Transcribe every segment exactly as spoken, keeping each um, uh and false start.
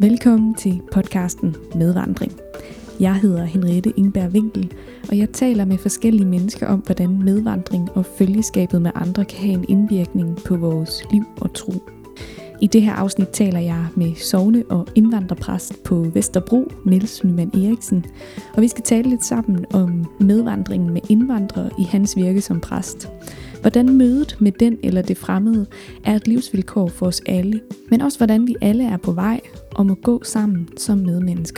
Velkommen til podcasten Medvandring. Jeg hedder Henriette Ingberg Winkel, og jeg taler med forskellige mennesker om, hvordan medvandring og følgeskabet med andre kan have en indvirkning på vores liv og tro. I det her afsnit taler jeg med sogne- og indvandrerpræst på Vesterbro, Niels Nyman Eriksen, og vi skal tale lidt sammen om medvandringen med indvandrere i hans virke som præst. Hvordan mødet med den eller det fremmede er et livsvilkår for os alle, men også hvordan vi alle er på vej og må gå sammen som medmennesker.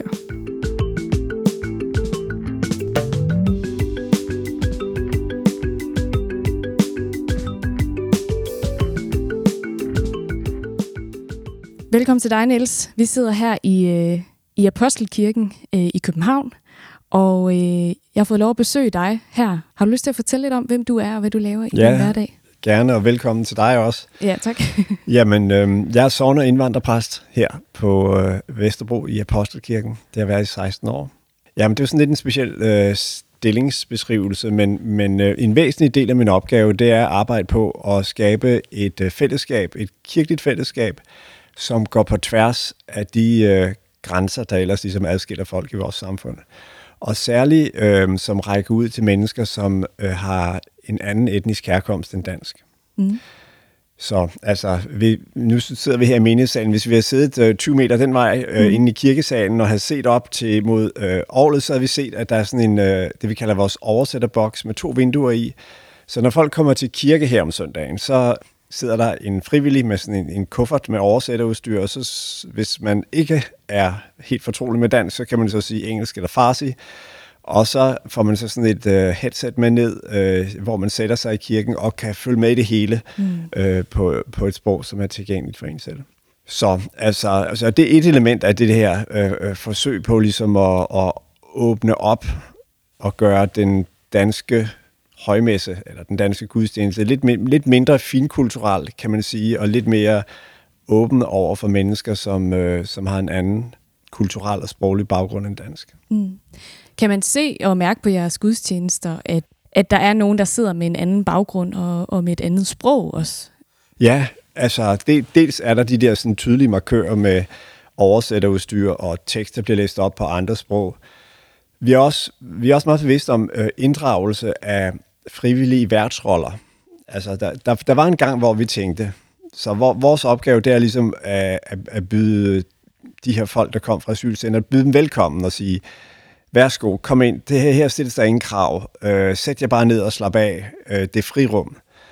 Velkommen til dig, Niels. Vi sidder her i, øh, i Apostelkirken øh, i København, og øh, jeg har fået lov at besøge dig her. Har du lyst til at fortælle lidt om, hvem du er og hvad du laver i ja, din hverdag? Gerne, og velkommen til dig også. Ja, tak. Jamen, øh, jeg er sogne- og indvandrerpræst her på øh, Vesterbro i Apostelkirken. Det har været i seksten år. Jamen, det er sådan lidt en speciel øh, stillingsbeskrivelse, men, men øh, en væsentlig del af min opgave, det er at arbejde på at skabe et øh, fællesskab, et kirkeligt fællesskab, som går på tværs af de øh, grænser, der ellers ligesom adskiller folk i vores samfund. Og særligt øh, som rækker ud til mennesker, som øh, har en anden etnisk herkomst end dansk. Mm. Så altså, vi, nu sidder vi her i menighedssalen. Hvis vi har siddet øh, tyve meter den vej øh, mm. inde i kirkesalen og har set op til mod øh, orglet, så har vi set, at der er sådan en, øh, det vi kalder vores oversætterboks med to vinduer i. Så når folk kommer til kirke her om søndagen, så sidder der en frivillig med sådan en, en kuffert med oversætterudstyr, og så hvis man ikke er helt fortrolig med dansk, så kan man så sige engelsk eller farsi, og så får man så sådan et uh, headset med ned, uh, hvor man sætter sig i kirken og kan følge med i det hele mm. uh, på, på et sprog, som er tilgængeligt for en selv. Så altså, altså det er et element af det her uh, uh, forsøg på ligesom at, at åbne op og gøre den danske højmesse, eller den danske gudstjeneste, lidt, lidt mindre finkulturel, kan man sige, og lidt mere åben over for mennesker, som, øh, som har en anden kulturel og sproglig baggrund end dansk. Mm. Kan man se og mærke på jeres gudstjenester, at, at der er nogen, der sidder med en anden baggrund og, og med et andet sprog også? Ja, altså det, dels er der de der sådan tydelige markører med oversætterudstyr og tekst, der bliver læst op på andre sprog. Vi er også, vi er også meget bevidste om øh, inddragelse af frivillige værtsroller. Altså, der, der, der var en gang, hvor vi tænkte, så hvor, vores opgave, det er ligesom at, at, at byde de her folk, der kom fra asylcenteret, byde dem velkommen og sige, værsgo, kom ind, det her, her stilles der ingen krav, øh, sæt jer bare ned og slap af, øh, det er frirum.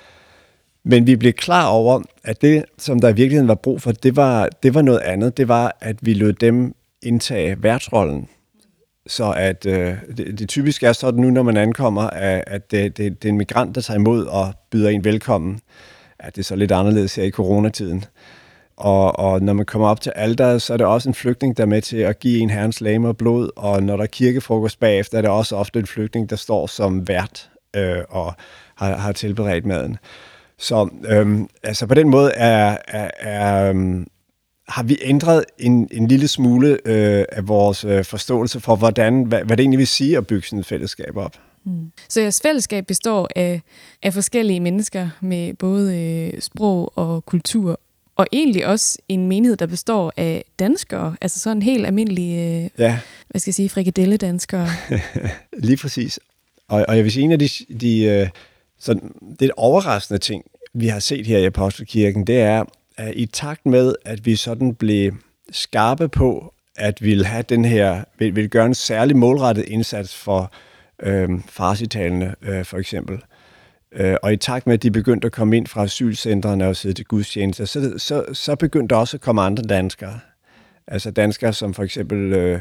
Men vi blev klar over, at det, som der i virkeligheden var brug for, det var, det var noget andet. Det var, at vi lod dem indtage værtsrollen. Så at øh, det, det typisk er sådan nu, når man ankommer, at, at det, det, det er en migrant, der tager imod og byder en velkommen. At det er så lidt anderledes her i coronatiden. Og, og når man kommer op til alteret, så er det også en flygtning, der er med til at give en herrens legeme og blod. Og når der er kirkefrokost bagefter, er det også ofte en flygtning, der står som vært øh, og har, har tilberedt maden. Så øh, altså på den måde er... er, er øh, har vi ændret en, en lille smule øh, af vores øh, forståelse for, hvordan, hvad, hvad det egentlig vil sige at bygge sådan et fællesskab op. Mm. Så jeres fællesskab består af, af forskellige mennesker med både øh, sprog og kultur, og egentlig også en menighed, der består af danskere, altså sådan helt almindelige, øh, ja. hvad skal jeg sige, frikadelledanskere. Lige præcis. Og, og jeg vil sige, en af de, de øh, sådan, det overraskende ting, vi har set her i Apostelkirken, det er, i takt med, at vi sådan blev skarpe på, at vi ville have den her, vil, vil gøre en særlig målrettet indsats for øh, farsitalende, øh, for eksempel. Øh, og i takt med, at de begyndte at komme ind fra asylcentrene og sidde til gudstjenester, så, så, så begyndte der også at komme andre danskere. Altså danskere, som for eksempel øh,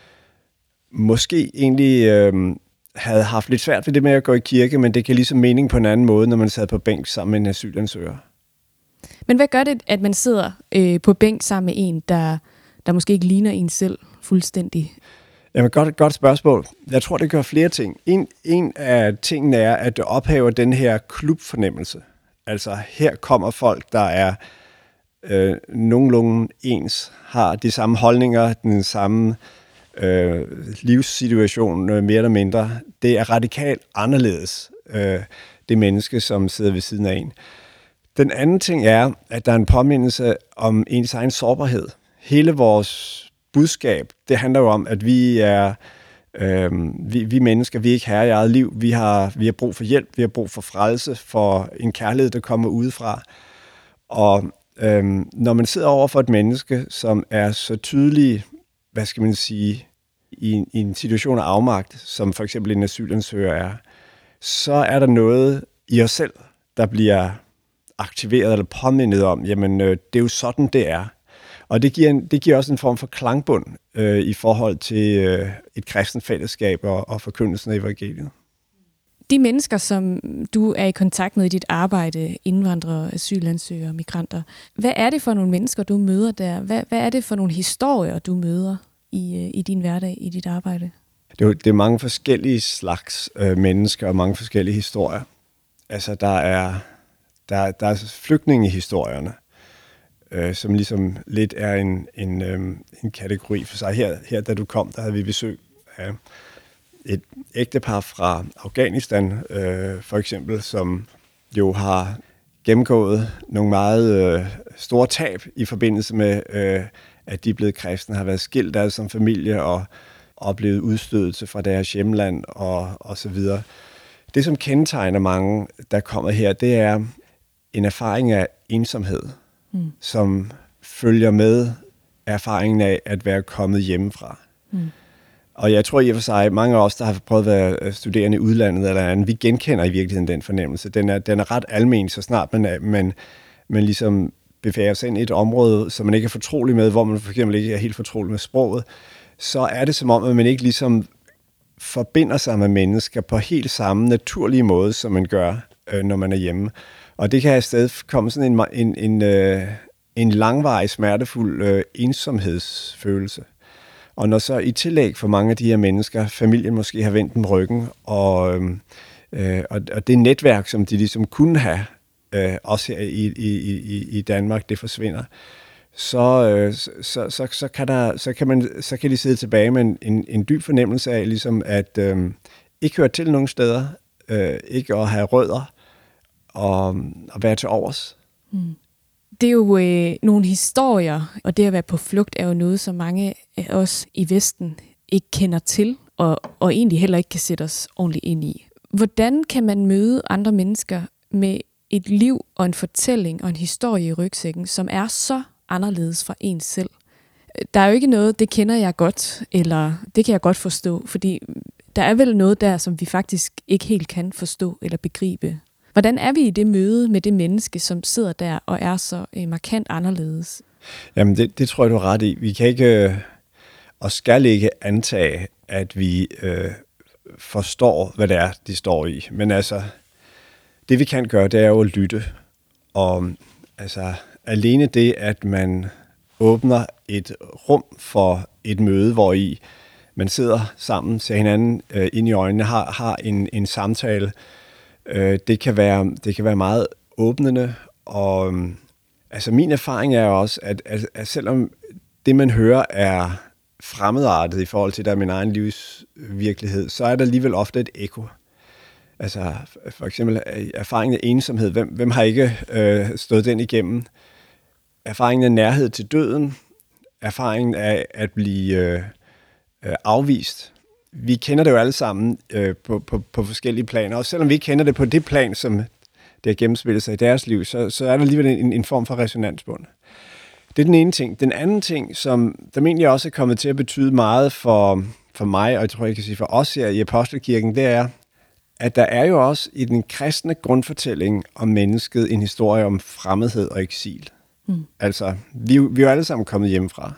måske egentlig øh, havde haft lidt svært ved det med at gå i kirke, men det kan ligesom mening på en anden måde, når man sad på bænk sammen med en asylansøger. Men hvad gør det, at man sidder øh, på bænk sammen med en, der, der måske ikke ligner en selv fuldstændig? Jamen, godt, godt spørgsmål. Jeg tror, det gør flere ting. En, en af tingene er, at det ophæver den her klubfornemmelse. Altså, her kommer folk, der er øh, nogenlunde ens, har de samme holdninger, den samme øh, livssituation, øh, mere eller mindre. Det er radikalt anderledes, øh, det menneske, som sidder ved siden af en. Den anden ting er, at der er en påmindelse om ens egen sårbarhed. hele vores budskab, det handler jo om, at vi er øh, vi, vi mennesker, vi er ikke herre i eget liv. Vi har, vi har brug for hjælp, vi har brug for frelse, for en kærlighed, der kommer udefra. Og øh, når man sidder over for et menneske, som er så tydelig, hvad skal man sige, i, i en situation af afmagt, som for eksempel en asylansøger er, så er der noget i os selv, der bliver aktiveret eller påmindet om, jamen øh, det er jo sådan, det er. Og det giver, en, det giver også en form for klangbund øh, i forhold til øh, et kristent fællesskab og, og forkyndelsen af evangeliet. De mennesker, som du er i kontakt med i dit arbejde, indvandrere, asylansøgere, migranter, hvad er det for nogle mennesker, du møder der? Hvad, hvad er det for nogle historier, du møder i, i din hverdag, i dit arbejde? Det er, det er mange forskellige slags øh, mennesker og mange forskellige historier. Altså, der er, der, der er flygtningehistorierne, øh, som ligesom lidt er en, en, øh, en kategori for sig. Her, her, da du kom, der havde vi besøg af et ægtepar fra Afghanistan, øh, for eksempel, som jo har gennemgået nogle meget øh, store tab i forbindelse med, øh, at de er blevet kristne, har været skilt af som familie og oplevet udstødelse fra deres hjemland og, og så videre. Det, som kendetegner mange, der kommer her, det er en erfaring af ensomhed, mm. som følger med erfaringen af at være kommet hjemmefra. Mm. Og jeg tror i og for sig, mange af os, der har prøvet at være studerende i udlandet eller andet, vi genkender i virkeligheden den fornemmelse. Den er, den er ret almen, så snart man, er, man, man ligesom bevæger sig ind i et område, som man ikke er fortrolig med, hvor man for eksempel ikke er helt fortrolig med sproget, så er det som om, at man ikke ligesom forbinder sig med mennesker på helt samme naturlige måde, som man gør, øh, når man er hjemme. Og det kan i stedet komme sådan en, en, en, øh, en langvarig, smertefuld øh, ensomhedsfølelse. Og når så i tillæg for mange af de her mennesker, familien måske har vendt dem ryggen, og, øh, og, og det netværk, som de ligesom kunne have, øh, også her i, i, i, i Danmark, det forsvinder, så, øh, så, så, så, kan der, så, kan man, så kan de sidde tilbage med en, en, en dyb fornemmelse af, ligesom at øh, ikke høre til nogen steder, øh, ikke at have rødder, og, og være til overs. Mm. Det er jo øh, nogle historier, og det at være på flugt er jo noget, som mange af os i Vesten ikke kender til, og, og egentlig heller ikke kan sætte os ordentligt ind i. Hvordan kan man møde andre mennesker med et liv og en fortælling og en historie i rygsækken, som er så anderledes fra en selv? Der er jo ikke noget, det kender jeg godt, eller det kan jeg godt forstå, fordi der er vel noget der, som vi faktisk ikke helt kan forstå eller begribe. Hvordan er vi i det møde med det menneske, som sidder der og er så øh, markant anderledes? Jamen, det, det tror jeg, du er ret i. Vi kan ikke øh, og skal ikke antage, at vi øh, forstår, hvad det er, de står i. Men altså, det vi kan gøre, det er jo at lytte. Og altså, alene det, at man åbner et rum for et møde, hvor i man sidder sammen, ser hinanden øh, ind i øjnene, har, har en, en samtale. Øh, det, kan være, det kan være meget åbnende, og altså min erfaring er også, at, at, at selvom det, man hører, er fremmedartet i forhold til der min egen livsvirkelighed, så er der alligevel ofte et ekko. Altså for eksempel erfaringen af ensomhed. Hvem, hvem har ikke øh, stået den igennem? Erfaringen af nærhed til døden. Erfaringen af at blive øh, øh, afvist. Vi kender det jo alle sammen øh, på, på, på forskellige planer. Og selvom vi ikke kender det på det plan, som det har gennemspillet sig i deres liv, så, så er der alligevel en, en form for resonansbund. Det er den ene ting. Den anden ting, som der egentlig også er kommet til at betyde meget for, for mig, og jeg tror, jeg kan sige for os her i Apostelkirken, det er, at der er jo også i den kristne grundfortælling om mennesket en historie om fremmedhed og eksil. Mm. Altså, vi, vi er jo alle sammen kommet hjemmefra,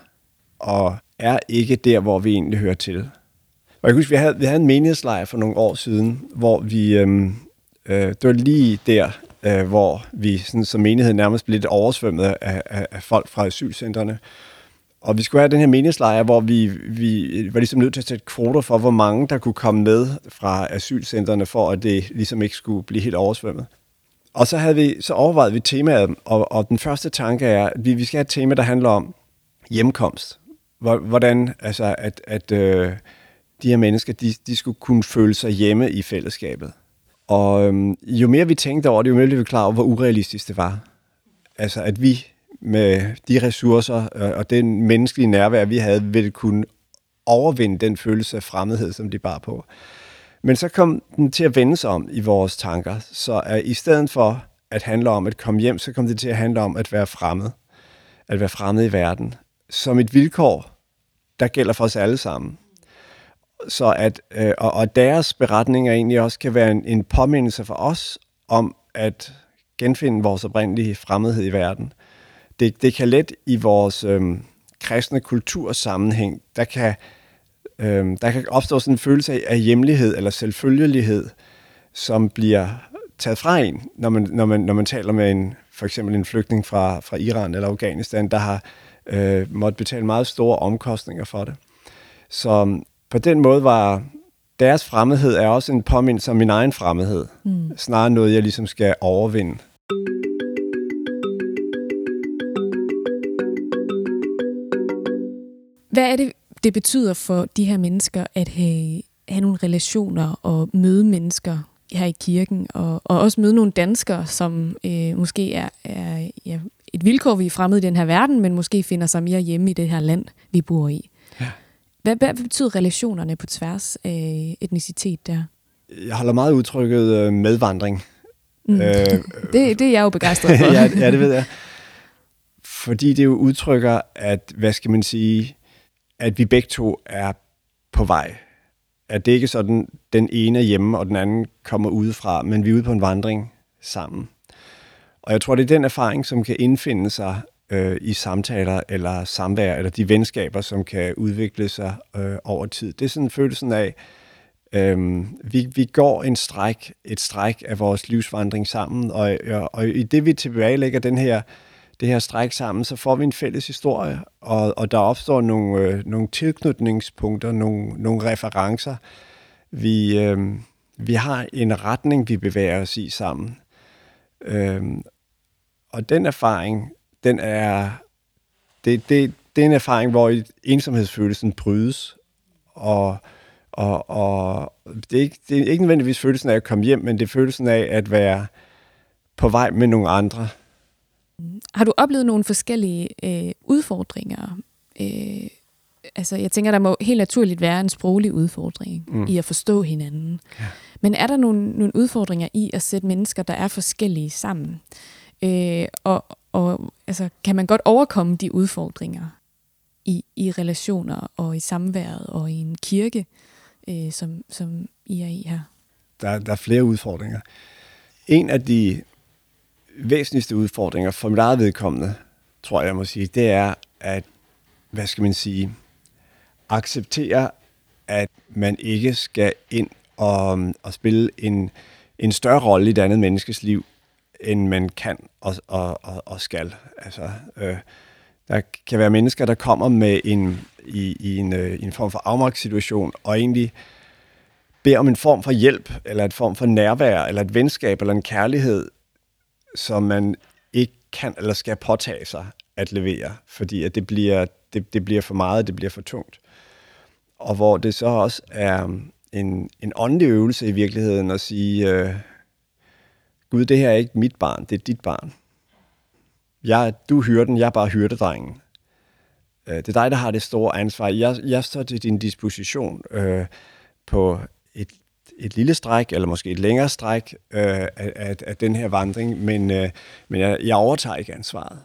og er ikke der, hvor vi egentlig hører til. Og jeg kan huske, vi havde, vi havde en menighedslejr for nogle år siden, hvor vi, øhm, øh, det var lige der, øh, hvor vi sådan, som menighed nærmest blev lidt oversvømmet af, af, af folk fra asylcentrene. Og vi skulle have den her menighedslejr, hvor vi, vi var ligesom nødt til at sætte kvoter for, hvor mange der kunne komme med fra asylcentrene, for at det ligesom ikke skulle blive helt oversvømmet. Og så, havde vi, så overvejede vi temaet, og, og den første tanke er, at vi, vi skal have et tema, der handler om hjemkomst. Hvordan, altså, at, at øh, de her mennesker, de, de skulle kunne føle sig hjemme i fællesskabet. Og øhm, jo mere vi tænkte over det, jo mere blev vi klar over, hvor urealistisk det var. Altså, at vi med de ressourcer og den menneskelige nærvær, vi havde, ville kunne overvinde den følelse af fremmedhed, som de bar på. Men så kom den til at vende sig om i vores tanker, så at i stedet for at handle om at komme hjem, så kom det til at handle om at være fremmed. At være fremmed i verden. Som et vilkår, der gælder for os alle sammen. Så at, øh, og, og deres beretninger egentlig også kan være en, en påmindelse for os om at genfinde vores oprindelige fremmedhed i verden. Det, det kan let i vores øh, kristne kultursammenhæng, der kan, øh, der kan opstå sådan en følelse af, af hjemlighed eller selvfølgelighed, som bliver taget fra en, når man, når man, når man taler med en, for eksempel en flygtning fra, fra Iran eller Afghanistan, der har øh, måttet betale meget store omkostninger for det. Så på den måde var deres fremmedhed er også en påmindelse om min egen fremmedhed. Mm. Snarere noget, jeg ligesom skal overvinde. Hvad er det, det betyder for de her mennesker at have, have nogle relationer og møde mennesker her i kirken, og, og også møde nogle danskere, som øh, måske er, er ja, et vilkår, vi er fremmede i den her verden, men måske finder sig mere hjemme i det her land, vi bor i? Ja. Hvad, hvad betyder relationerne på tværs af etnicitet der? Jeg holder meget udtrykket medvandring. Mm. Øh, det, det er jeg jo begejstret for. ja, ja, det ved jeg. Fordi det jo udtrykker, at, hvad skal man sige, at vi begge to er på vej. At det ikke er sådan, den ene er hjemme, og den anden kommer udefra, men vi er ude på en vandring sammen. Og jeg tror, det er den erfaring, som kan indfinde sig øh, i samtaler eller samvær, eller de venskaber, som kan udvikle sig øh, over tid. Det er sådan følelsen af, øh, vi, vi går en stræk, et stræk af vores livsvandring sammen, og, og, og i det vi tilbagelægger den her, det her stræk sammen, så får vi en fælles historie, og, og der opstår nogle, øh, nogle tilknytningspunkter, nogle, nogle referencer. Vi, øh, vi har en retning, vi bevæger os i sammen. Øh, og den erfaring, den er, det, det, det er en erfaring, hvor ensomhedsfølelsen brydes, og, og, og det, er ikke, det er ikke nødvendigvis følelsen af at komme hjem, men det er følelsen af at være på vej med nogle andre. Har du oplevet nogle forskellige øh, udfordringer? Øh, altså, jeg tænker, der må helt naturligt være en sproglig udfordring mm. i at forstå hinanden. Ja. Men er der nogle, nogle udfordringer i at sætte mennesker, der er forskellige sammen? Øh, og og altså, kan man godt overkomme de udfordringer i, i relationer og i samværet og i en kirke, øh, som, som I er i her? Der, der er flere udfordringer. En af de væsentligste udfordringer for mit eget vedkommende, tror jeg, jeg må sige, det er at, hvad skal man sige, acceptere, at man ikke skal ind og, og spille en, en større rolle i et andet menneskes liv, end man kan og, og, og, og skal. Altså, øh, der kan være mennesker, der kommer med en, i, i, en, øh, i en form for afmagtssituation, og egentlig beder om en form for hjælp, eller en form for nærvær, eller et venskab, eller en kærlighed, som man ikke kan eller skal påtage sig at levere, fordi at det, bliver, det, det bliver for meget, det bliver for tungt. Og hvor det så også er en, en åndelig øvelse i virkeligheden at sige, øh, Gud, det her er ikke mit barn, det er dit barn. Jeg, du er hyrden, jeg er bare hyrdedrengen. Øh, det er dig, der har det store ansvar. Jeg, jeg står til din disposition øh, på et et lille stræk, eller måske et længere stræk øh, af, af, af den her vandring, men, øh, men jeg, jeg overtager ikke ansvaret.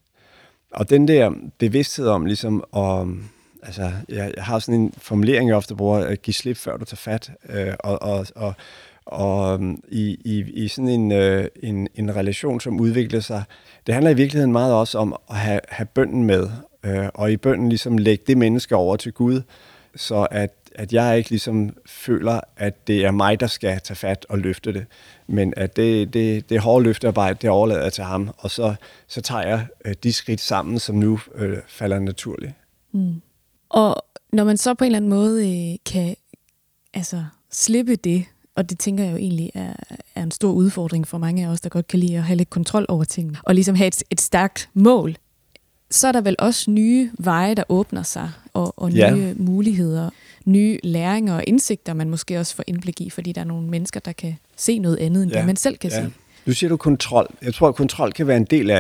Og den der bevidsthed om, ligesom, om, altså, jeg, jeg har sådan en formulering, jeg ofte bruger, at give slip, før du tager fat, øh, og, og, og, og i, i, i sådan en, øh, en, en relation, som udvikler sig, det handler i virkeligheden meget også om at have, have bønnen med, øh, og i bønnen ligesom lægge det menneske over til Gud, så at at jeg ikke ligesom føler, at det er mig, der skal tage fat og løfte det, men at det, det, det hårde løftearbejde, det overlader jeg til ham, og så, så tager jeg øh, de skridt sammen, som nu øh, falder naturligt. Mm. Og når man så på en eller anden måde øh, kan altså, slippe det, og det tænker jeg jo egentlig er, er en stor udfordring for mange af os, der godt kan lide at have lidt kontrol over tingene, og ligesom have et, et stærkt mål, så er der vel også nye veje, der åbner sig, og, og nye ja. muligheder, nye læringer og indsigter, man måske også får indblik i, fordi der er nogle mennesker, der kan se noget andet, end ja. det man selv kan ja. se. Nu siger du kontrol. Jeg tror, at kontrol kan være en del af det.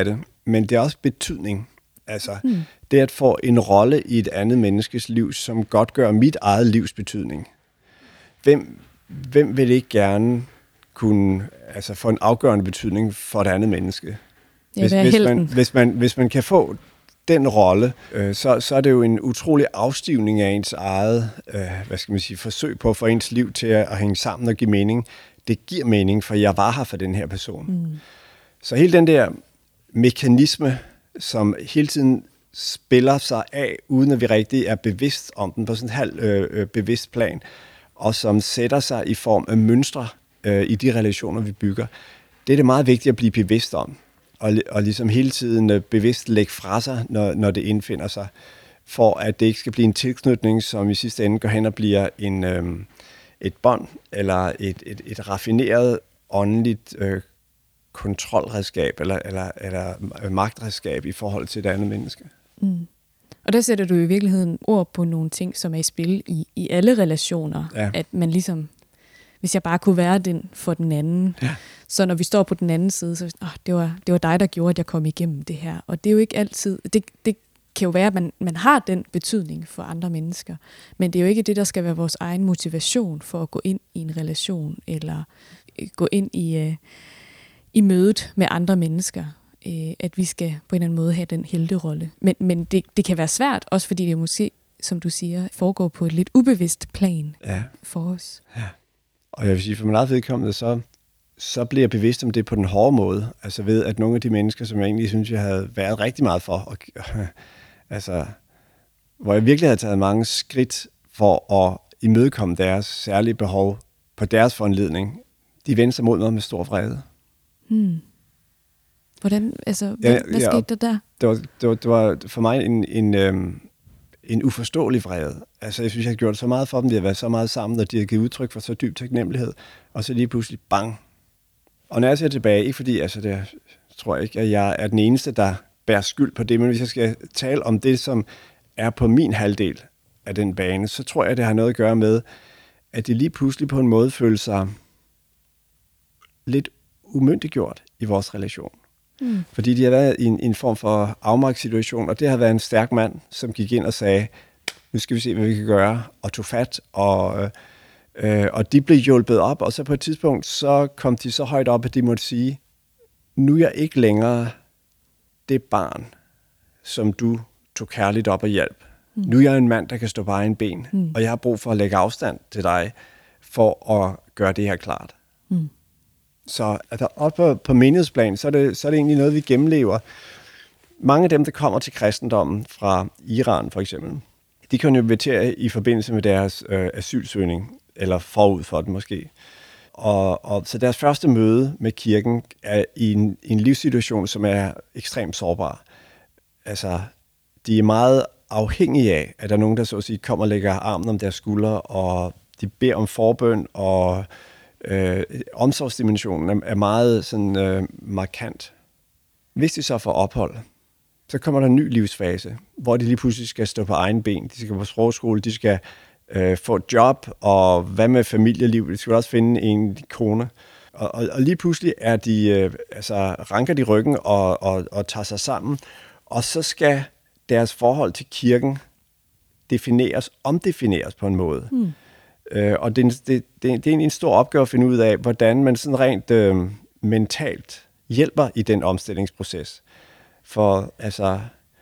men det er også betydning. Altså, mm. det at få en rolle i et andet menneskes liv, som godt gør mit eget livs betydning. Hvem, hvem vil ikke gerne kunne altså, få en afgørende betydning for et andet menneske? Hvis, ja, hvis, man, hvis, man, hvis man kan få den rolle, øh, så, så er det jo en utrolig afstivning af ens eget øh, hvad skal man sige, forsøg på at få ens liv til at, at hænge sammen og give mening. Det giver mening, for jeg var her for den her person. Mm. Så hele den der mekanisme, som hele tiden spiller sig af, uden at vi rigtig er bevidst om den på sådan en halv øh, bevidst plan, og som sætter sig i form af mønstre øh, i de relationer, vi bygger. Det er det meget vigtigt at blive bevidst om, og, og ligesom hele tiden øh, bevidst lægge fra sig, når, når det indfinder sig, for at det ikke skal blive en tilknytning, som i sidste ende går hen og bliver en, øh, et bånd, eller et, et, et raffineret, åndeligt øh, kontrolredskab, eller, eller, eller magtredskab i forhold til et andet menneske. Mm. Og der sætter du i virkeligheden ord på nogle ting, som er i spil i, i alle relationer. Ja. At man ligesom, hvis jeg bare kunne være den for den anden, ja. Så når vi står på den anden side, så åh, det, var, det var dig, der gjorde, at jeg kom igennem det her. Og det er jo ikke altid, det, det kan jo være, at man, man har den betydning for andre mennesker, men det er jo ikke det, der skal være vores egen motivation for at gå ind i en relation, eller gå ind i, øh, i mødet med andre mennesker. At vi skal på en eller anden måde have den helterolle. Men, men det, det kan være svært, også fordi det måske, som du siger, foregår på et lidt ubevidst plan ja. For os. Ja. Og jeg vil sige, for min eget vedkommende, så, så bliver jeg bevidst om det på den hårde måde. Altså ved, at nogle af de mennesker, som jeg egentlig synes, jeg havde været rigtig meget for, og, altså, hvor jeg virkelig havde taget mange skridt for at imødekomme deres særlige behov på deres foranledning, de vendte sig mod mig med stor vrede. Hmm. Hvordan, altså, hvad, ja, hvad skete ja, der der? Det var, det, var, det var for mig en, en, øhm, en uforståelig vrede. Altså, jeg synes, jeg har gjort så meget for dem, de har været så meget sammen, og de har givet udtryk for så dyb taknemmelighed, og så lige pludselig, bang. Og når jeg ser tilbage, ikke fordi, altså, det tror jeg ikke, at jeg er den eneste, der bærer skyld på det, men hvis jeg skal tale om det, som er på min halvdel af den bane, så tror jeg, det har noget at gøre med, at de lige pludselig på en måde føler sig lidt umyndiggjort i vores relation. Mm. Fordi de har været i en, en form for afmagtssituation, og det har været en stærk mand, som gik ind og sagde, nu skal vi se, hvad vi kan gøre, og tog fat, og, øh, og de blev hjulpet op, og så på et tidspunkt, så kom de så højt op, at de måtte sige, nu er jeg ikke længere det barn, som du tog kærligt op og hjalp. Mm. Nu er jeg en mand, der kan stå på egen ben, mm. og jeg har brug for at lægge afstand til dig, for at gøre det her klart. Mm. Så altså, op på, på menighedsplan, så er, det, så er det egentlig noget, vi gennemlever. Mange af dem, der kommer til kristendommen fra Iran for eksempel, de konverterer i forbindelse med deres øh, asylsøgning, eller forud for det måske. Og, og så deres første møde med kirken er i en, en livssituation, som er ekstremt sårbar. Altså, de er meget afhængige af, at der er nogen, der så at sige, kommer og lægger armen om deres skuldre, og de beder om forbøn, og Øh, omsorgsdimensionen er, er meget sådan, øh, markant. Hvis de så får ophold, så kommer der en ny livsfase, hvor de lige pludselig skal stå på egen ben. De skal på sprogskole, de skal øh, få et job, og hvad med familieliv? De skal også finde en kone. Og, og, og lige pludselig er de, øh, altså, ranker de ryggen og, og, og tager sig sammen, og så skal deres forhold til kirken defineres, omdefineres på en måde. Hmm. Øh, og det, det, det, det er en stor opgave at finde ud af, hvordan man sådan rent øh, mentalt hjælper i den omstillingsproces. For altså,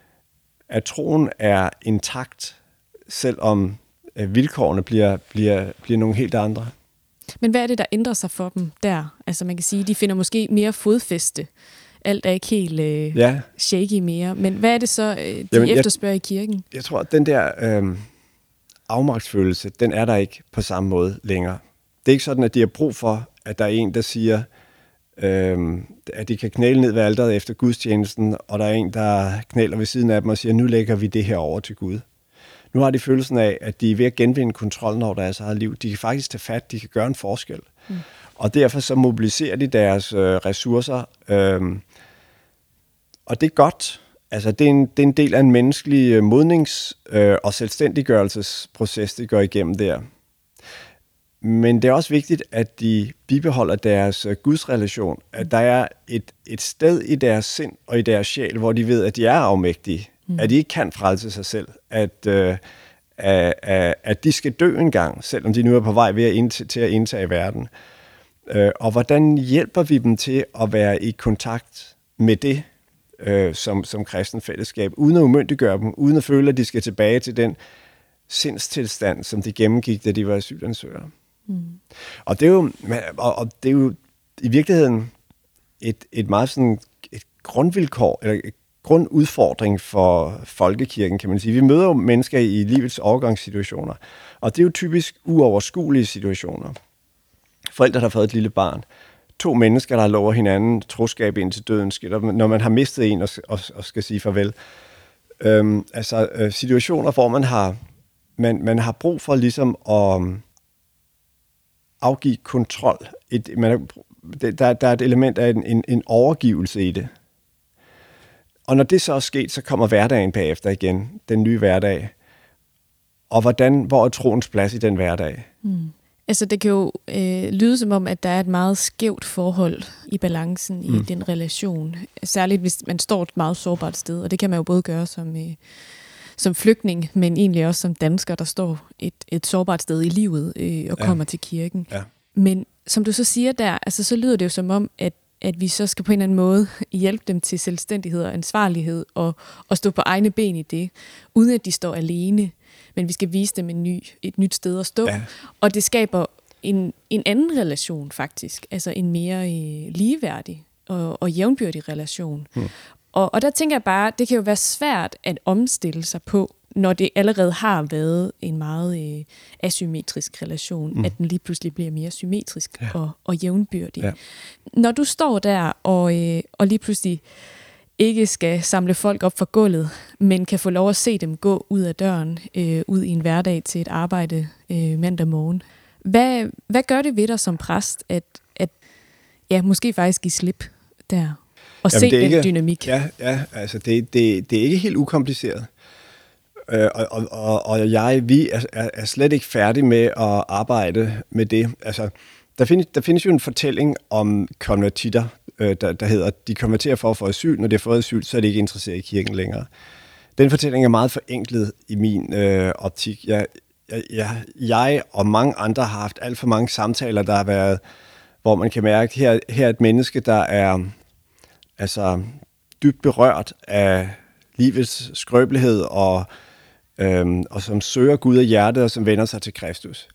at troen er intakt, selvom øh, vilkårene bliver, bliver, bliver nogle helt andre. Men hvad er det, der ændrer sig for dem der? Altså man kan sige, de finder måske mere fodfæste. Alt er ikke helt øh, ja. shaky mere. Men hvad er det så, øh, de Jamen, efterspørger jeg, i kirken? Jeg tror, at den der... Øh, afmagtsfølelse, den er der ikke på samme måde længere. Det er ikke sådan, at de har brug for, at der er en, der siger, øhm, at de kan knæle ned ved alteret efter gudstjenesten, og der er en, der knæler ved siden af dem og siger, nu lægger vi det her over til Gud. Nu har de følelsen af, at de er ved at genvinde kontrollen over deres eget liv. De kan faktisk tage fat, de kan gøre en forskel. Mm. Og derfor så mobiliserer de deres øh, ressourcer, øhm, og det er godt. Altså, det er, en, det er en del af en menneskelig modnings- øh, og selvstændiggørelsesproces, det går igennem der. Men det er også vigtigt, at de bibeholder deres gudsrelation, at der er et, et sted i deres sind og i deres sjæl, hvor de ved, at de er afmægtige, mm. at de ikke kan frelse sig selv, at, øh, at, at, at de skal dø en gang, selvom de nu er på vej ved at indtage, til at indtage verden. Øh, og hvordan hjælper vi dem til at være i kontakt med det, øh, som, som kristen fællesskab, uden at umyndiggøre dem, uden at føle, at de skal tilbage til den sindstilstand, som de gennemgik, da de var asylansøgere. Mm. Og det er jo, og, og det er jo i virkeligheden et, et meget sådan et grundvilkår, eller et grundudfordring for folkekirken, kan man sige. Vi møder jo mennesker i livets overgangssituationer, og det er jo typisk uoverskuelige situationer. Forældre, der har fået et lille barn. To mennesker, der lover hinanden troskab indtil døden sker, når man har mistet en og, og, og skal sige farvel. Øhm, altså øh, situationer, hvor man har, man, man har brug for ligesom at afgive kontrol. Et, man, der, der er et element af en, en, en overgivelse i det. Og når det så er sket, så kommer hverdagen bagefter igen, den nye hverdag. Og hvordan, hvor er troens plads i den hverdag? Mm. Altså det kan jo øh, lyde som om, at der er et meget skævt forhold i balancen i mm. den relation. Særligt hvis man står et meget sårbart sted, og det kan man jo både gøre som, øh, som flygtning, men egentlig også som dansker, der står et, et sårbart sted i livet øh, og ja. kommer til kirken. Ja. Men som du så siger der, altså, så lyder det jo som om, at, at vi så skal på en eller anden måde hjælpe dem til selvstændighed og ansvarlighed og, og stå på egne ben i det, uden at de står alene. Men vi skal vise dem en ny, et nyt sted at stå. Ja. Og det skaber en, en anden relation faktisk. Altså en mere øh, ligeværdig og, og jævnbyrdig relation. Hmm. Og, og der tænker jeg bare, det kan jo være svært at omstille sig på, når det allerede har været en meget øh, asymmetrisk relation, hmm. at den lige pludselig bliver mere symmetrisk ja. og, og jævnbyrdig. Ja. Når du står der og, øh, og lige pludselig ikke skal samle folk op fra gulvet, men kan få lov at se dem gå ud af døren, øh, ud i en hverdag til et arbejde øh, mandag morgen. Hvad, hvad gør det ved dig som præst, at, at ja, måske faktisk give slip der, og Jamen, se den ikke, dynamik? Ja, ja altså det, det, det er ikke helt ukompliceret. Øh, og, og, og, og jeg, vi er, er slet ikke færdige med at arbejde med det. Altså, der findes, der findes jo en fortælling om konvertitter, Der, der hedder, de konverterer for at få asyl. Når de har fået asyl, så er de ikke interesseret i kirken længere. Den fortælling er meget forenklet i min øh, optik. Jeg, jeg, jeg og mange andre har haft alt for mange samtaler, der har været, hvor man kan mærke, her, her er et menneske, der er altså, dybt berørt af livets skrøbelighed, og, øh, og som søger Gud af hjertet, og som vender sig til Kristus.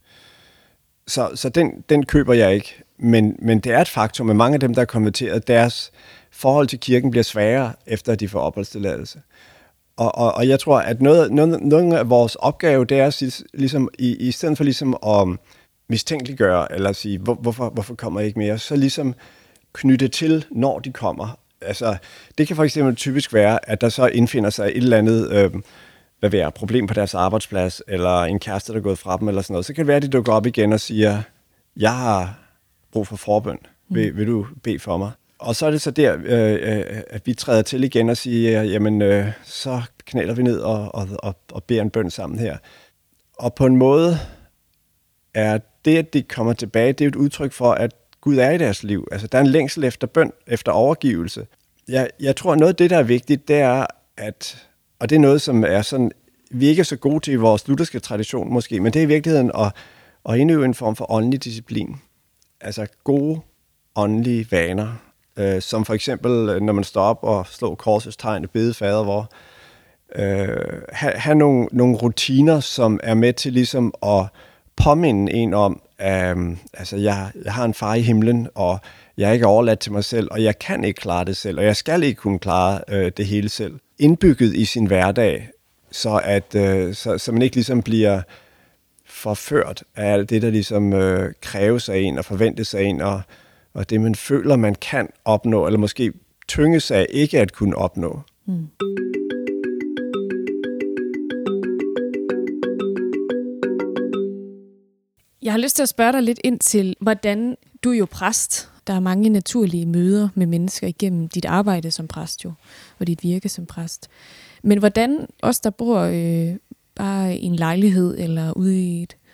Så, så den, den køber jeg ikke. Men, men det er et faktum, at mange af dem, der er konverteret, deres forhold til kirken bliver sværere, efter at de får opholdstilladelse. Og, og, og jeg tror, at noget, noget, noget af vores opgave, det er ligesom, i, i stedet for ligesom at mistænkeliggøre, eller sige, hvor, hvorfor, hvorfor kommer I ikke mere, så ligesom knytte til, når de kommer. Altså, det kan for eksempel typisk være, at der så indfinder sig et eller andet øh, hvad ved jeg, problem på deres arbejdsplads, eller en kæreste, der er gået fra dem, eller sådan noget. Så kan det være, at de dukker op igen og siger, jeg har brug for forbøn. Vil, vil du bede for mig? Og så er det så der, øh, at vi træder til igen og siger, jamen, øh, så knæler vi ned og, og, og, og beder en bøn sammen her. Og på en måde er det, at de kommer tilbage, det er et udtryk for, at Gud er i deres liv. Altså, der er en længsel efter bøn, efter overgivelse. Jeg, jeg tror, at noget af det, der er vigtigt, det er, at, og det er noget, som er sådan, vi ikke er så gode til i vores lutherske tradition måske, men det er i virkeligheden at, at indøve en form for åndelig disciplin. Altså gode åndelige vaner, øh, som for eksempel, når man står op og slår korsets tegn og bede fader vor, øh, have, have nogle, nogle rutiner, som er med til ligesom at påminde en om, at øh, altså, jeg, jeg har en far i himlen, og jeg er ikke overladt til mig selv, og jeg kan ikke klare det selv, og jeg skal ikke kunne klare øh, det hele selv. Indbygget i sin hverdag, så, at, øh, så, så man ikke ligesom bliver forført af alt det, der ligesom øh, kræves af en og forventes af en, og, og det, man føler, man kan opnå, eller måske tynges af ikke at kunne opnå. Mm. Jeg har lyst til at spørge dig lidt ind til, hvordan du er jo præst. Der er mange naturlige møder med mennesker igennem dit arbejde som præst jo, og dit virke som præst. Men hvordan os, der bor øh, bare i en lejlighed eller ude i et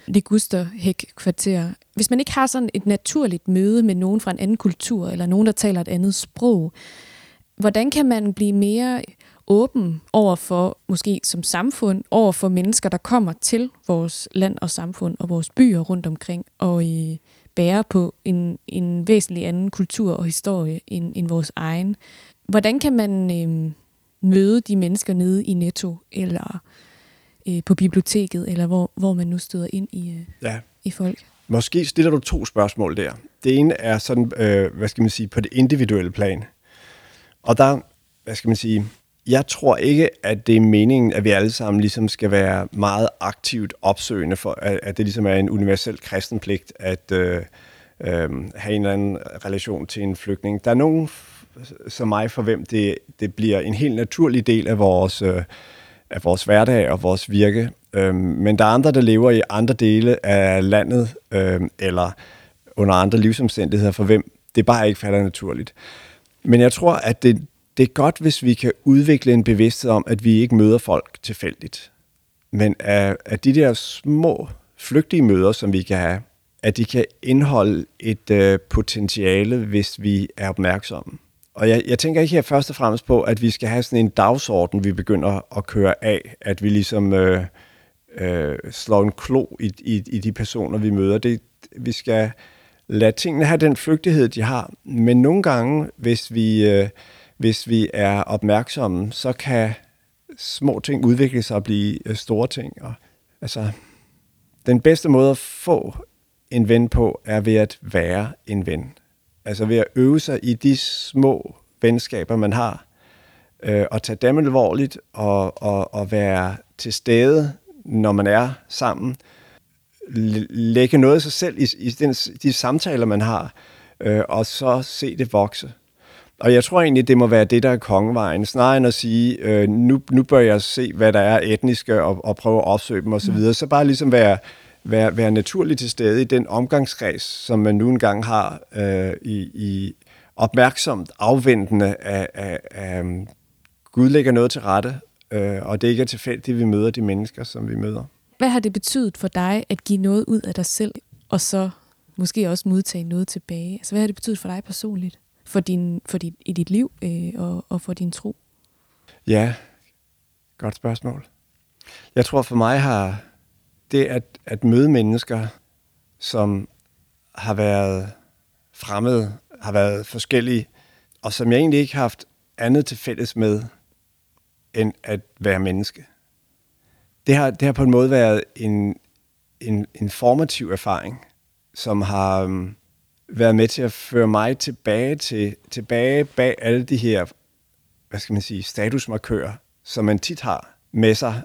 Ligusterhæk-kvarter. Hvis man ikke har sådan et naturligt møde med nogen fra en anden kultur, eller nogen, der taler et andet sprog, hvordan kan man blive mere åben over for, måske som samfund, over for mennesker, der kommer til vores land og samfund og vores byer rundt omkring, og i bære på en, en væsentlig anden kultur og historie end, end vores egen? Hvordan kan man øh, møde de mennesker nede i Netto, eller øh, på biblioteket, eller hvor, hvor man nu støder ind i, øh, ja. i folk? Måske stiller du to spørgsmål der. Det ene er sådan, øh, hvad skal man sige, på det individuelle plan. Og der, hvad skal man sige, jeg tror ikke, at det er meningen, at vi alle sammen ligesom skal være meget aktivt opsøgende, for at, at det ligesom er en universel kristen pligt at øh, øh, have en eller anden relation til en flygtning. Der er nogen som mig, for hvem det, det bliver en helt naturlig del af vores, øh, af vores hverdag og vores virke. Øh, men der er andre, der lever i andre dele af landet, øh, eller under andre livsomstændigheder, for hvem det bare ikke falder naturligt. Men jeg tror, at det, det er godt, hvis vi kan udvikle en bevidsthed om, at vi ikke møder folk tilfældigt. Men at, at de der små, flygtige møder, som vi kan have, at de kan indeholde et øh, potentiale, hvis vi er opmærksomme. Og jeg, jeg tænker ikke her først og fremmest på, at vi skal have sådan en dagsorden, vi begynder at køre af, at vi ligesom øh, øh, slår en klo i, i, i de personer, vi møder. Det, vi skal lade tingene have den flygtighed, de har. Men nogle gange, hvis vi, øh, hvis vi er opmærksomme, så kan små ting udvikle sig og blive øh, store ting. Og, altså, den bedste måde at få en ven på, er ved at være en ven. Altså ved at øve sig i de små venskaber, man har, øh, og tage dem alvorligt, og, og, og være til stede, når man er sammen. Lægge noget af sig selv i, i den, de samtaler, man har, øh, og så se det vokse. Og jeg tror egentlig, det må være det, der er kongevejen, snarere end at sige, øh, nu, nu bør jeg se, hvad der er etniske, og, og prøve at opsøge dem osv. Mm. Så bare ligesom være, være, være naturligt til stede i den omgangskreds, som man nu engang har, øh, i, i opmærksomt afventende af, af, af Gud lægger noget til rette, øh, og det ikke er tilfældigt, vi møder de mennesker, som vi møder. Hvad har det betydet for dig at give noget ud af dig selv, og så måske også modtage noget tilbage? Altså, hvad har det betydet for dig personligt, for din, for dit, i dit liv øh, og, og for din tro? Ja, godt spørgsmål. Jeg tror for mig har det at, at møde mennesker, som har været fremmede, har været forskellige, og som jeg egentlig ikke har haft andet til fælles med, end at være menneske. Det har, det har på en måde været en, en, en formativ erfaring, som har um, været med til at føre mig tilbage til tilbage bag alle de her, hvad skal man sige, statusmarkører, som man tit har med sig,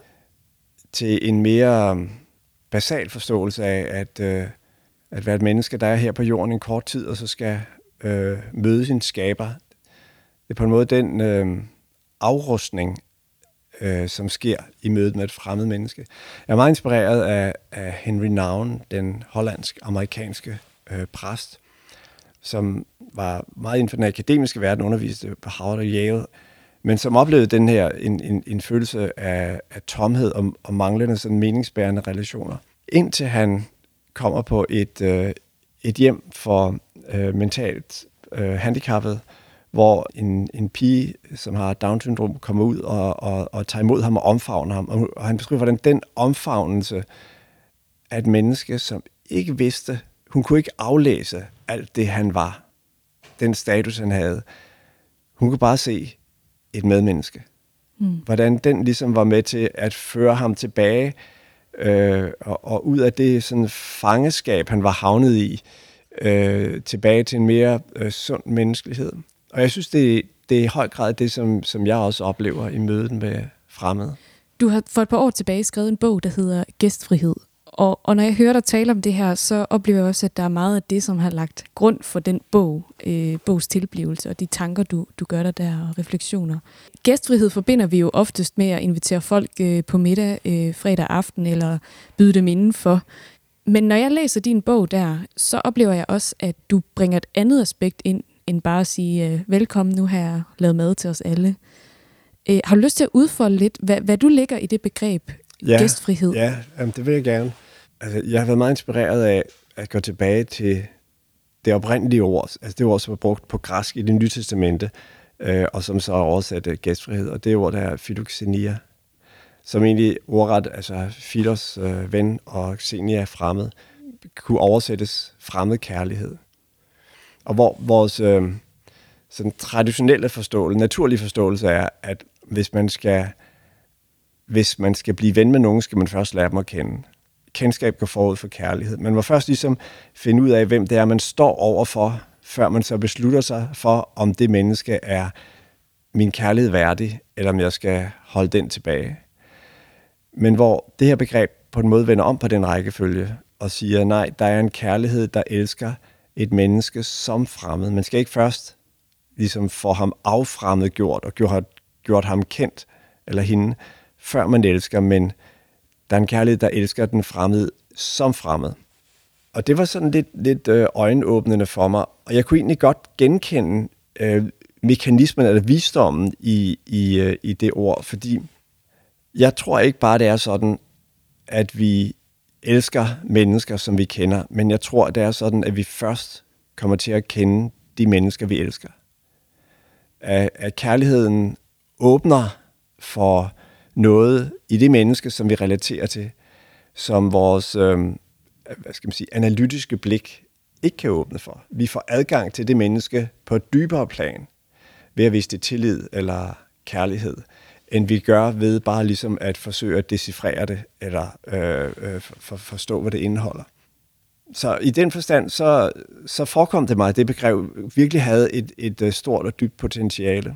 til en mere um, basal forståelse af, at, uh, at være et menneske, der er her på jorden en kort tid, og så skal uh, møde sin skaber. Det er på en måde den uh, afrustning, Øh, som sker i mødet med et fremmed menneske. Jeg er meget inspireret af, af Henry Nouwen, den hollandsk-amerikanske øh, præst, som var meget inden for den akademiske verden, underviste på Harvard og Yale, men som oplevede den her en, en, en følelse af, af tomhed og, og manglende sådan meningsbærende relationer. Indtil han kommer på et, øh, et hjem for øh, mentalt øh, handicappede, hvor en, en pige, som har Down-syndrom, kommer ud og, og, og tager imod ham og omfavner ham. Og, og han beskriver, hvordan den omfavnelse af et menneske, som ikke vidste, hun kunne ikke aflæse alt det, han var, den status, han havde. Hun kunne bare se et medmenneske. Mm. Hvordan den ligesom var med til at føre ham tilbage, øh, og, og ud af det sådan fangeskab, han var havnet i, øh, tilbage til en mere øh, sund menneskelighed. Og jeg synes, det, det er i høj grad det, som, som jeg også oplever i mødet med fremmede. Du har for et par år tilbage skrevet en bog, der hedder Gæstfrihed. Og, og når jeg hører dig tale om det her, så oplever jeg også, at der er meget af det, som har lagt grund for den bog, øh, bogs tilblivelse, og de tanker, du, du gør der der, og refleksioner. Gæstfrihed forbinder vi jo oftest med at invitere folk øh, på middag øh, fredag aften, eller byde dem indenfor. Men når jeg læser din bog der, så oplever jeg også, at du bringer et andet aspekt ind, end bare at sige, øh, velkommen, nu har jeg lavet mad til os alle. Øh, har du lyst til at udfolde lidt, hvad, hvad du lægger i det begreb, ja, gæstfrihed? Ja, jamen, det vil jeg gerne. Altså, jeg har været meget inspireret af at gå tilbage til det oprindelige ord, altså det ord, som er brugt på græsk i Det Nye Testamente, øh, og som så er oversat af gæstfrihed, og det ord, der er philoxenia, som egentlig ordret, altså Philos øh, ven og xenia fremmed, kunne oversættes fremmed kærlighed. Og hvor vores øh, sådan traditionelle forståelse, naturlige forståelse er, at hvis man skal hvis man skal blive ven med nogen, skal man først lære dem at kende. Kendskab går forud for kærlighed. Man må først ligesom finde ud af, hvem det er, man står overfor, før man så beslutter sig for, om det menneske er min kærlighed værdig, eller om jeg skal holde den tilbage. Men hvor det her begreb på en måde vender om på den rækkefølge, og siger, nej, der er en kærlighed, der elsker et menneske som fremmed. Man skal ikke først ligesom få ham affremmedgjort og gjort, gjort ham kendt, eller hende, før man elsker, men der er en kærlighed, der elsker den fremmede som fremmed. Og det var sådan lidt, lidt øh, øjenåbnende for mig, og jeg kunne egentlig godt genkende øh, mekanismen eller visdommen i, i, øh, i det ord, fordi jeg tror ikke bare, det er sådan, at vi elsker mennesker, som vi kender, men jeg tror, det er sådan, at vi først kommer til at kende de mennesker, vi elsker. At, at kærligheden åbner for noget i det menneske, som vi relaterer til, som vores øh, hvad skal man sige, analytiske blik ikke kan åbne for. Vi får adgang til det menneske på et dybere plan, ved at vise det tillid eller kærlighed, end vi gør ved bare ligesom at forsøge at decifrere det, eller øh, øh, for, forstå, hvad det indeholder. Så i den forstand, så, så forekom det mig, at det begreb virkelig havde et, et stort og dybt potentiale.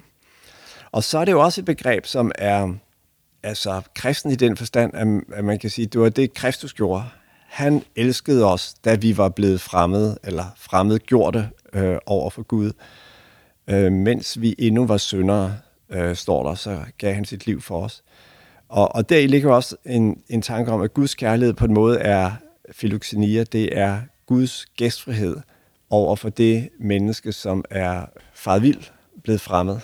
Og så er det jo også et begreb, som er altså kristen i den forstand, at man kan sige, at det var det, Kristus gjorde. Han elskede os, da vi var blevet fremmede, eller fremmedgjorte øh, over for Gud. Øh, mens vi endnu var syndere, øh, står der, så gav han sit liv for os. Og, og deri ligger også en, en tanke om, at Guds kærlighed på en måde er philoxenia, det er Guds gæstfrihed over for det menneske, som er faret vild, blevet fremmed.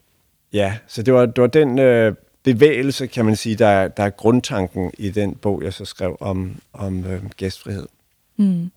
Ja, så det var, det var den øh, bevægelse, kan man sige, der, der er grundtanken i den bog, jeg så skrev om, om øh, gæstfrihed. Mm.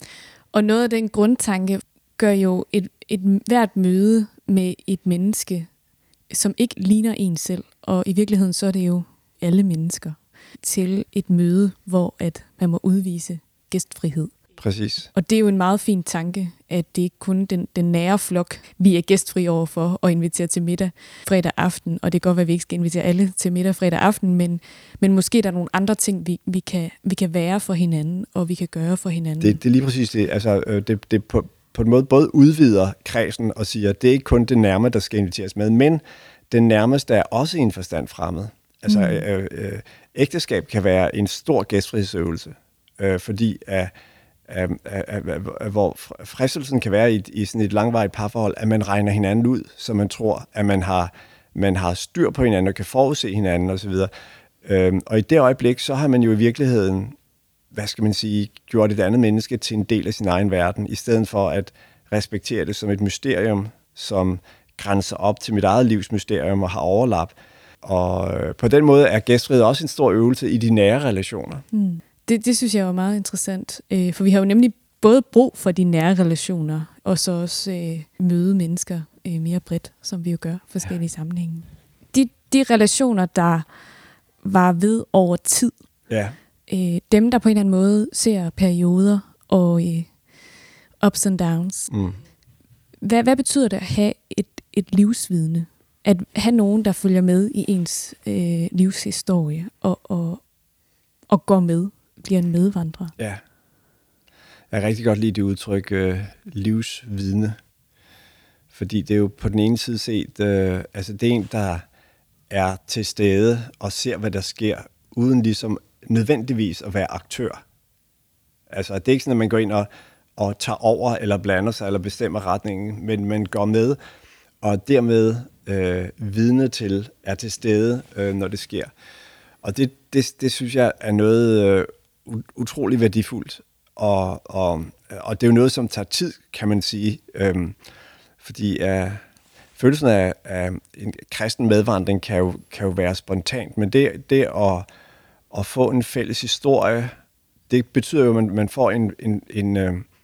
Og noget af den grundtanke gør jo et, et hvert møde med et menneske, som ikke ligner en selv, og i virkeligheden så er det jo alle mennesker, til et møde, hvor at man må udvise gæstfrihed. Præcis. Og det er jo en meget fin tanke, at det ikke kun den, den nære flok, vi er gæstfri overfor og inviterer til middag fredag aften. Og det kan godt være, at vi ikke skal invitere alle til middag fredag aften, men, men måske der er nogle andre ting, vi, vi, kan, vi kan være for hinanden, og vi kan gøre for hinanden. Det, det er lige præcis det. Altså, det, det på, på en måde både udvider kredsen og siger, at det er ikke kun det nærme, der skal inviteres med, men den nærmeste er også i en forstand fremmed. Altså, mm. øh, øh, ægteskab kan være en stor gæstfrihedsøvelse, øh, fordi at Af, af, af, af, hvor fristelsen kan være i, i sådan et langvarigt parforhold, at man regner hinanden ud, så man tror, at man har, man har styr på hinanden og kan forudse hinanden osv. Øhm, og i det øjeblik, så har man jo i virkeligheden, hvad skal man sige, gjort et andet menneske til en del af sin egen verden, i stedet for at respektere det som et mysterium, som grænser op til mit eget livs mysterium og har overlap. Og på den måde er gæstfrihed også en stor øvelse i de nære relationer. Mm. Det, det synes jeg var meget interessant, øh, for vi har jo nemlig både brug for de nære relationer, og så også øh, møde mennesker øh, mere bredt, som vi jo gør forskellige ja. sammenhænge. De, de relationer, der var ved over tid, ja. øh, dem der på en eller anden måde ser perioder og øh, ups and downs. Mm. Hvad, hvad betyder det at have et, et livsvidne? At have nogen, der følger med i ens øh, livshistorie og, og, og går med? Bliver en medvandrer. Ja. Jeg kan rigtig godt lide det udtryk øh, livsvidne. Fordi det er jo på den ene side set, øh, altså det er en, der er til stede og ser, hvad der sker, uden ligesom nødvendigvis at være aktør. Altså det er ikke sådan, at man går ind og, og tager over, eller blander sig, eller bestemmer retningen, men man går med, og dermed øh, vidne til, er til stede, øh, når det sker. Og det, det, det synes jeg er noget øh, utrolig værdifuldt, og, og, og det er jo noget, som tager tid, kan man sige, øhm, fordi øh, følelsen af, af en kristen medvandring kan jo, kan jo være spontant, men det, det at, at få en fælles historie, det betyder jo, at man, man får en, en, en,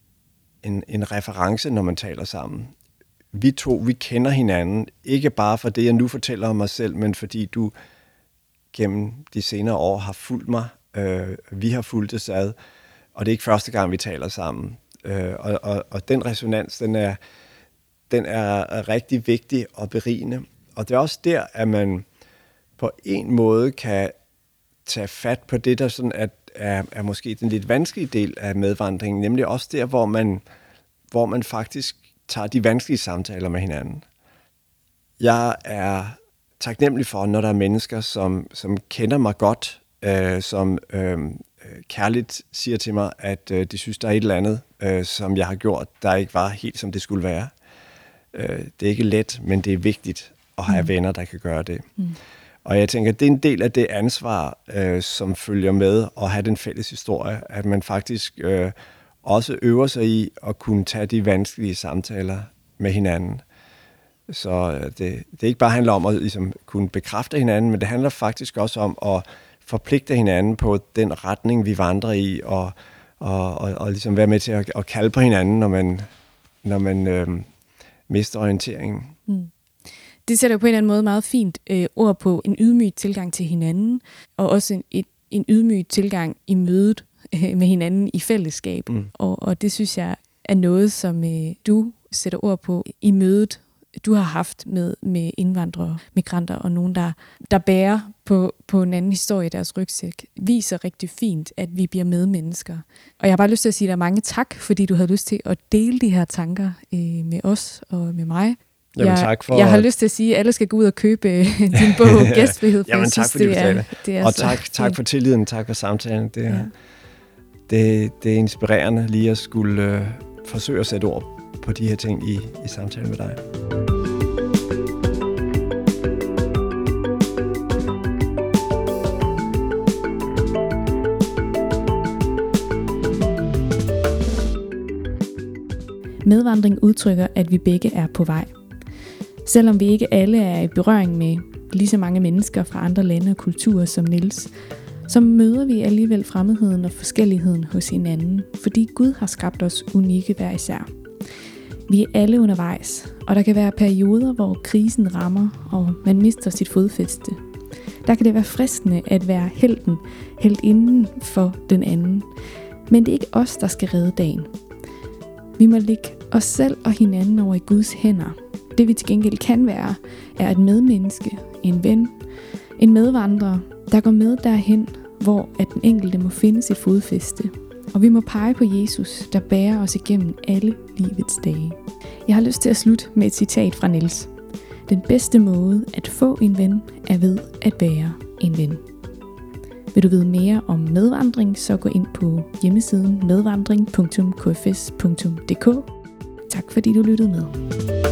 en, en reference, når man taler sammen. Vi to, vi kender hinanden, ikke bare for det, jeg nu fortæller om mig selv, men fordi du gennem de senere år har fulgt mig. Øh, vi har fulgt det ad, og det er ikke første gang, vi taler sammen. Øh, og, og, og den resonans, den er, den er rigtig vigtig og berigende. Og det er også der, at man på en måde kan tage fat på det, der sådan er, er, er måske den lidt vanskelige del af medvandringen, nemlig også der, hvor man, hvor man faktisk tager de vanskelige samtaler med hinanden. Jeg er taknemmelig for, når der er mennesker, som, som kender mig godt, øh, som øh, kærligt siger til mig, at øh, de synes, der er et eller andet, øh, som jeg har gjort, der ikke var helt, som det skulle være. Øh, det er ikke let, men det er vigtigt at have mm. venner, der kan gøre det. Mm. Og jeg tænker, at det er en del af det ansvar, øh, som følger med at have den fælles historie, at man faktisk øh, også øver sig i at kunne tage de vanskelige samtaler med hinanden. Så øh, det, det ikke bare handler om at ligesom, kunne bekræfte hinanden, men det handler faktisk også om at forpligte hinanden på den retning, vi vandrer i, og, og, og, og ligesom være med til at, at kalde på hinanden, når man, når man øh, mister orienteringen. Mm. Det sætter jo på en eller anden måde meget fint øh, ord på en ydmyg tilgang til hinanden, og også en, et, en ydmyg tilgang i mødet øh, med hinanden i fællesskab. Mm. Og, og det synes jeg er noget, som øh, du sætter ord på i mødet, du har haft med, med indvandrere, migranter og nogen, der, der bærer på, på en anden historie i deres rygsæk, viser rigtig fint, at vi bliver medmennesker. Og jeg har bare lyst til at sige dig mange tak, fordi du havde lyst til at dele de her tanker øh, med os og med mig. Jamen, jeg, tak for, jeg har lyst til at sige, at alle skal gå ud og købe din bog, Gæstfrihed. Jamen, tak synes, for det er, det er og tak, tak for tilliden, tak for samtalen. Det er, ja. det, det er inspirerende lige at skulle øh, forsøge at sætte ord på de her ting i, i samtalen med dig. Medvandring udtrykker, at vi begge er på vej. Selvom vi ikke alle er i berøring med lige så mange mennesker fra andre lande og kulturer som Niels, så møder vi alligevel fremmedheden og forskelligheden hos hinanden, fordi Gud har skabt os unikke hver især. Vi er alle undervejs, og der kan være perioder, hvor krisen rammer, og man mister sit fodfæste. Der kan det være fristende at være helten, heltinden for den anden. Men det er ikke os, der skal redde dagen. Vi må lægge os selv og hinanden over i Guds hænder. Det vi til gengæld kan være, er et medmenneske, en ven, en medvandrer, der går med derhen, hvor at den enkelte må finde sit fodfæste. Og vi må pege på Jesus, der bærer os igennem alle livets dage. Jeg har lyst til at slutte med et citat fra Niels. Den bedste måde at få en ven er ved at være en ven. Vil du vide mere om medvandring, så gå ind på hjemmesiden medvandring punktum k f s punktum d k. Tak fordi du lyttede med.